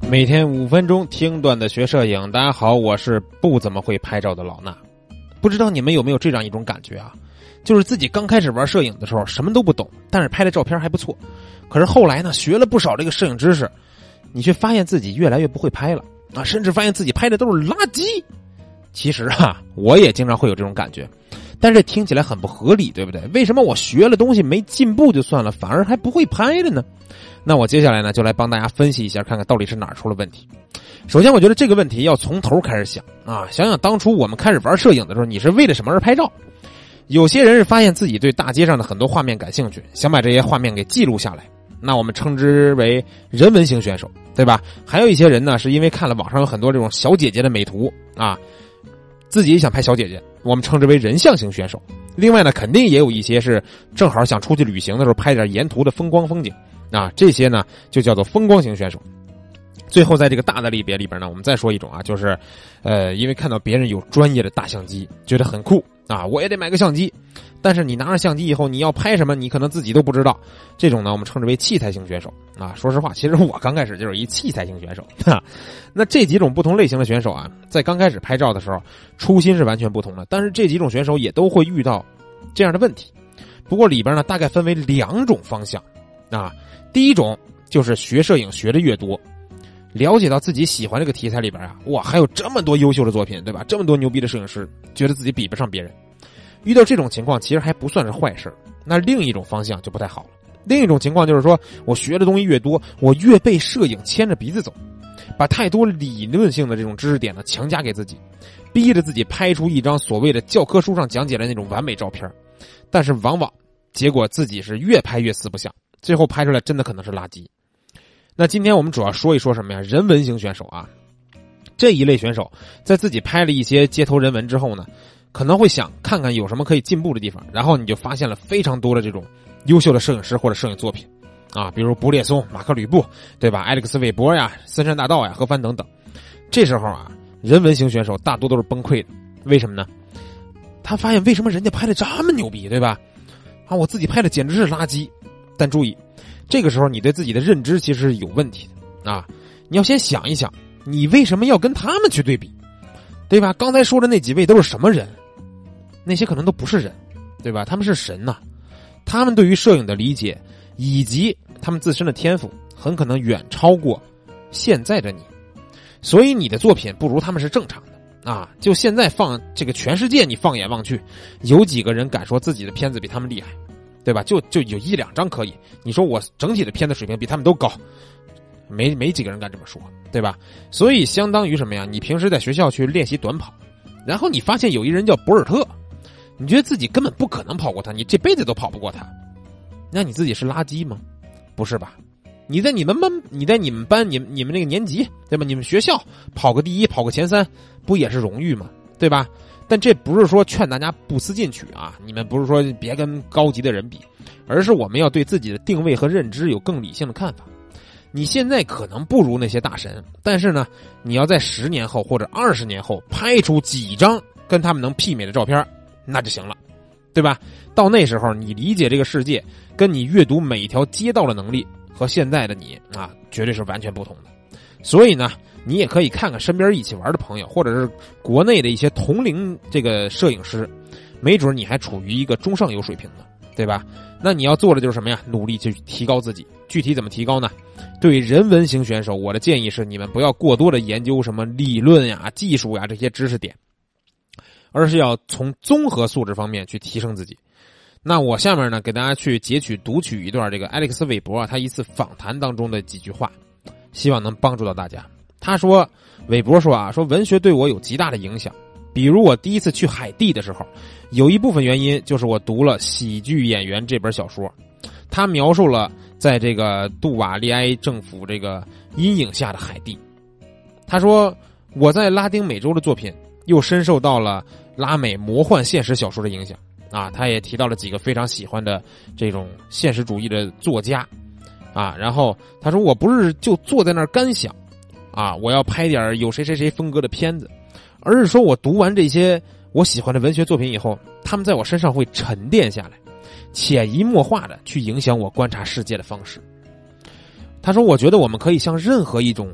每天5分钟听段子学摄影，大家好，我是不怎么会拍照的老衲。不知道你们有没有这样一种感觉啊？就是自己刚开始玩摄影的时候什么都不懂，但是拍的照片还不错。可是后来呢，学了不少这个摄影知识，你却发现自己越来越不会拍了啊，甚至发现自己拍的都是垃圾。其实我也经常会有这种感觉，但是这听起来很不合理，对不对？为什么我学了东西没进步就算了，反而还不会拍了呢？那我接下来呢，就来帮大家分析一下，看看到底是哪儿出了问题。首先我觉得这个问题要从头开始想啊，想想当初我们开始玩摄影的时候，你是为了什么而拍照？有些人是发现自己对大街上的很多画面感兴趣，想把这些画面给记录下来，那我们称之为人文型选手，对吧？还有一些人呢，是因为看了网上有很多这种小姐姐的美图啊，自己也想拍小姐姐，我们称之为人像型选手。另外呢，肯定也有一些是正好想出去旅行的时候拍点沿途的风光风景啊，这些呢就叫做风光型选手。最后在这个大的类别里边呢，我们再说一种啊，就是因为看到别人有专业的大相机，觉得很酷啊，我也得买个相机。但是你拿着相机以后，你要拍什么，你可能自己都不知道。这种呢，我们称之为器材型选手啊。说实话，其实我刚开始就是一器材型选手那这几种不同类型的选手啊，在刚开始拍照的时候，初心是完全不同的。但是这几种选手也都会遇到这样的问题。不过里边呢，大概分为2种方向啊。第一种就是学摄影学的越多，了解到自己喜欢这个题材里边啊，哇，还有这么多优秀的作品，对吧？这么多牛逼的摄影师，觉得自己比不上别人。遇到这种情况其实还不算是坏事。那另一种方向就不太好了。另一种情况就是说，我学的东西越多，我越被摄影牵着鼻子走，把太多理论性的这种知识点呢强加给自己，逼着自己拍出一张所谓的教科书上讲解的那种完美照片。但是往往结果自己是越拍越四不像，最后拍出来真的可能是垃圾。那今天我们主要说一说什么呀？人文型选手啊。这一类选手在自己拍了一些街头人文之后呢，可能会想看看有什么可以进步的地方，然后你就发现了非常多的这种优秀的摄影师或者摄影作品啊，比如布列松、马克吕布，对吧？艾利克斯·韦伯呀、森山大道呀、何帆等等。这时候啊，人文型选手大多都是崩溃的。为什么呢？他发现为什么人家拍的这么牛逼，对吧？啊，我自己拍的简直是垃圾。但注意，这个时候你对自己的认知其实是有问题的啊！你要先想一想，你为什么要跟他们去对比，对吧？刚才说的那几位都是什么人？那些可能都不是人，对吧？他们是神呐！他们对于摄影的理解以及他们自身的天赋，很可能远超过现在的你，所以你的作品不如他们是正常的啊！就现在放这个全世界，你放眼望去，有几个人敢说自己的片子比他们厉害？对吧？就有1-2张可以。你说我整体的片子水平比他们都高，没几个人敢这么说，对吧？所以相当于什么呀？你平时在学校去练习短跑，然后你发现有一人叫博尔特，你觉得自己根本不可能跑过他，你这辈子都跑不过他，那你自己是垃圾吗？不是吧？你在你们班，你们那个年级，对吧？你们学校跑个第1，跑个前3，不也是荣誉吗？对吧？但这不是说劝大家不思进取啊，你们不是说别跟高级的人比，而是我们要对自己的定位和认知有更理性的看法。你现在可能不如那些大神，但是呢，你要在10年后或者20年后拍出几张跟他们能媲美的照片，那就行了，对吧？到那时候你理解这个世界，跟你阅读每一条街道的能力和现在的你啊，绝对是完全不同的。所以呢，你也可以看看身边一起玩的朋友，或者是国内的一些同龄这个摄影师，没准你还处于一个中上游水平呢，对吧？那你要做的就是什么呀？努力去提高自己。具体怎么提高呢？对人文型选手，我的建议是你们不要过多的研究什么理论呀、技术呀这些知识点，而是要从综合素质方面去提升自己。那我下面呢，给大家去截取读取一段这个艾利克斯·韦伯啊他一次访谈当中的几句话，希望能帮助到大家。他说，韦伯说啊，说文学对我有极大的影响。比如我第一次去海地的时候，有一部分原因就是我读了《喜剧演员》这本小说，他描述了在这个杜瓦利埃政府这个阴影下的海地。他说，我在拉丁美洲的作品又深受到了拉美魔幻现实小说的影响啊。他也提到了几个非常喜欢的这种现实主义的作家啊。然后他说，我不是就坐在那儿干想啊，我要拍点有谁谁谁风格的片子，而是说我读完这些我喜欢的文学作品以后，他们在我身上会沉淀下来，潜移默化的去影响我观察世界的方式。他说，我觉得我们可以像任何一种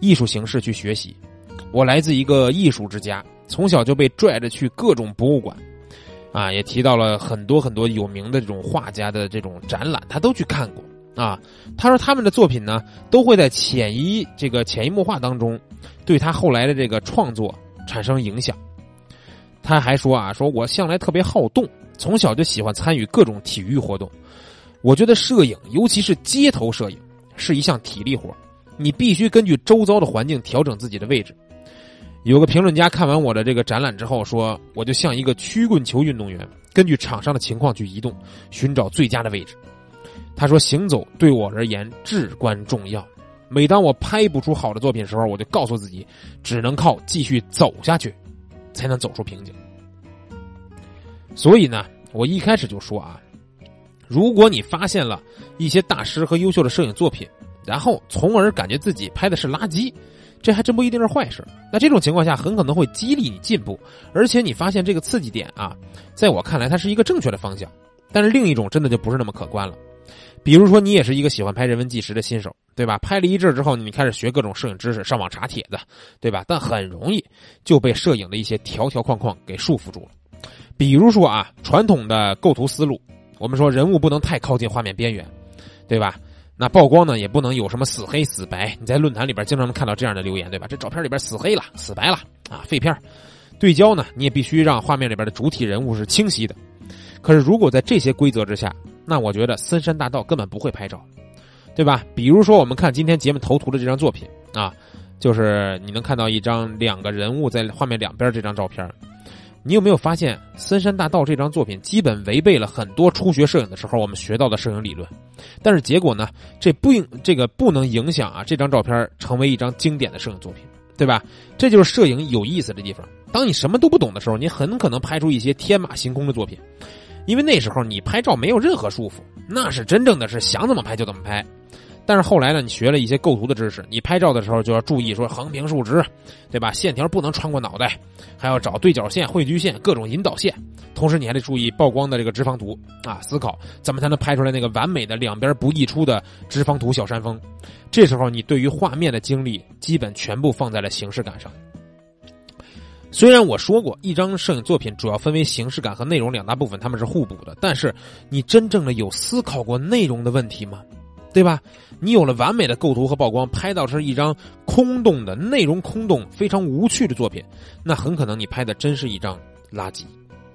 艺术形式去学习。我来自一个艺术之家，从小就被拽着去各种博物馆，也提到了很多很多有名的这种画家的这种展览，他都去看过啊。他说他们的作品呢，都会在潜移默化当中，对他后来的这个创作产生影响。他还说说我向来特别好动，从小就喜欢参与各种体育活动。我觉得摄影，尤其是街头摄影，是一项体力活，你必须根据周遭的环境调整自己的位置。有个评论家看完我的这个展览之后说，我就像一个曲棍球运动员，根据场上的情况去移动，寻找最佳的位置。他说行走对我而言至关重要，每当我拍不出好的作品的时候，我就告诉自己只能靠继续走下去才能走出瓶颈。所以呢，我一开始就说如果你发现了一些大师和优秀的摄影作品，然后从而感觉自己拍的是垃圾，这还真不一定是坏事。那这种情况下很可能会激励你进步，而且你发现这个刺激点在我看来它是一个正确的方向。但是另一种真的就不是那么可观了。比如说你也是一个喜欢拍人文纪实的新手，对吧？拍了一阵之后，你开始学各种摄影知识，上网查帖子，对吧？但很容易就被摄影的一些条条框框给束缚住了。比如说传统的构图思路，我们说人物不能太靠近画面边缘，对吧？那曝光呢也不能有什么死黑死白，你在论坛里边经常能看到这样的留言，对吧？这照片里边死黑了死白了废片。对焦呢你也必须让画面里边的主体人物是清晰的。可是如果在这些规则之下，那我觉得森山大道根本不会拍照，对吧？比如说我们看今天节目头图的这张作品就是你能看到两个人物在画面两边这张照片。你有没有发现森山大道这张作品基本违背了很多初学摄影的时候我们学到的摄影理论，但是结果呢，这个不能影响这张照片成为一张经典的摄影作品，对吧？这就是摄影有意思的地方。当你什么都不懂的时候，你很可能拍出一些天马行空的作品，因为那时候你拍照没有任何束缚，那是真正的是想怎么拍就怎么拍。但是后来呢，你学了一些构图的知识，你拍照的时候就要注意说横平竖直，对吧？线条不能穿过脑袋，还要找对角线、汇聚线、各种引导线。同时你还得注意曝光的这个直房图思考怎么才能拍出来那个完美的两边不溢出的直房图小山峰。这时候你对于画面的精力基本全部放在了形式感上。虽然我说过一张摄影作品主要分为形式感和内容两大部分，它们是互补的，但是你真正的有思考过内容的问题吗？对吧？你有了完美的构图和曝光，拍到是一张空洞的内容空洞非常无趣的作品，那很可能你拍的真是一张垃圾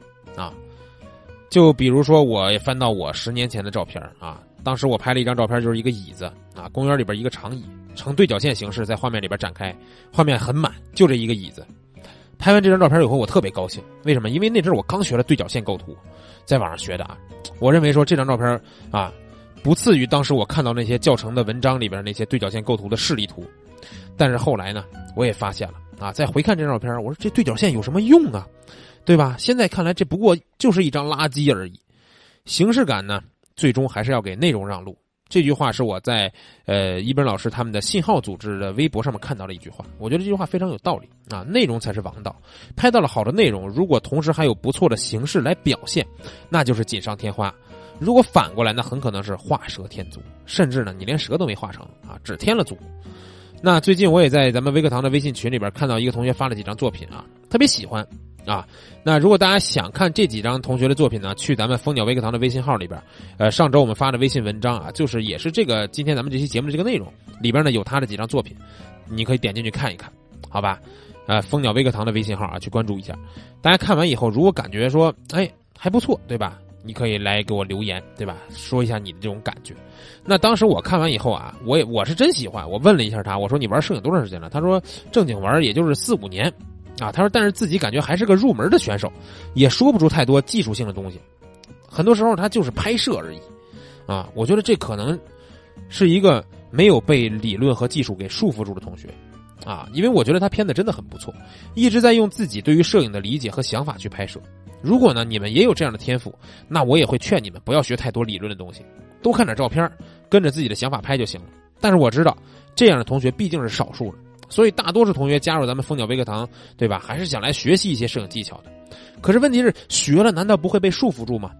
就比如说我也翻到我10年前的照片当时我拍了一张照片，就是一个椅子公园里边一个长椅呈对角线形式在画面里边展开，画面很满，就这一个椅子。拍完这张照片以后我特别高兴，为什么？因为那阵我刚学了对角线构图，在网上学的我认为说这张照片不次于当时我看到那些教程的文章里边那些对角线构图的示例图。但是后来呢，我也发现了再回看这张照片，我说这对角线有什么用对吧？现在看来这不过就是一张垃圾而已。形式感呢，最终还是要给内容让路。这句话是我在一本老师他们的信号组织的微博上面看到了一句话，我觉得这句话非常有道理内容才是王道。拍到了好的内容，如果同时还有不错的形式来表现，那就是锦上添花。如果反过来，那很可能是画蛇添足，甚至呢你连蛇都没画成只添了足。那最近我也在咱们微课堂的微信群里边看到一个同学发了几张作品特别喜欢那如果大家想看这几张同学的作品呢，去咱们蜂鸟微课堂的微信号里边上周我们发的微信文章就是也是这个今天咱们这期节目的这个内容里边呢有他的几张作品，你可以点进去看一看，好吧？蜂鸟微课堂的微信号去关注一下。大家看完以后如果感觉说还不错，对吧？你可以来给我留言，对吧？说一下你的这种感觉。那当时我看完以后我是真喜欢，我问了一下他，我说你玩摄影多长时间了？他说正经玩也就是4-5年他说但是自己感觉还是个入门的选手，也说不出太多技术性的东西，很多时候他就是拍摄而已我觉得这可能是一个没有被理论和技术给束缚住的同学因为我觉得他片子真的很不错，一直在用自己对于摄影的理解和想法去拍摄。如果呢你们也有这样的天赋，那我也会劝你们不要学太多理论的东西，多看点照片，跟着自己的想法拍就行了。但是我知道这样的同学毕竟是少数的，所以大多数同学加入咱们蜂鸟微课堂，对吧？还是想来学习一些摄影技巧的。可是问题是学了难道不会被束缚住吗？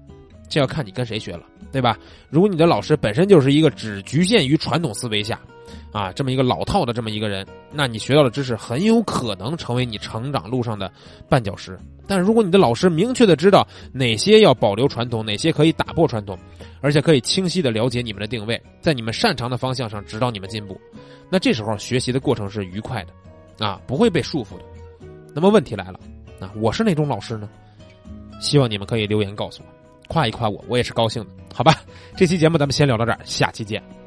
这要看你跟谁学了，对吧？如果你的老师本身就是一个只局限于传统思维下啊，这么一个老套的这么一个人，那你学到的知识很有可能成为你成长路上的绊脚石。但是如果你的老师明确的知道哪些要保留传统，哪些可以打破传统，而且可以清晰的了解你们的定位，在你们擅长的方向上指导你们进步，那这时候学习的过程是愉快的啊，不会被束缚的。那么问题来了啊，我是哪种老师呢？希望你们可以留言告诉我，夸一夸我，我也是高兴的，好吧？这期节目咱们先聊到这儿，下期见。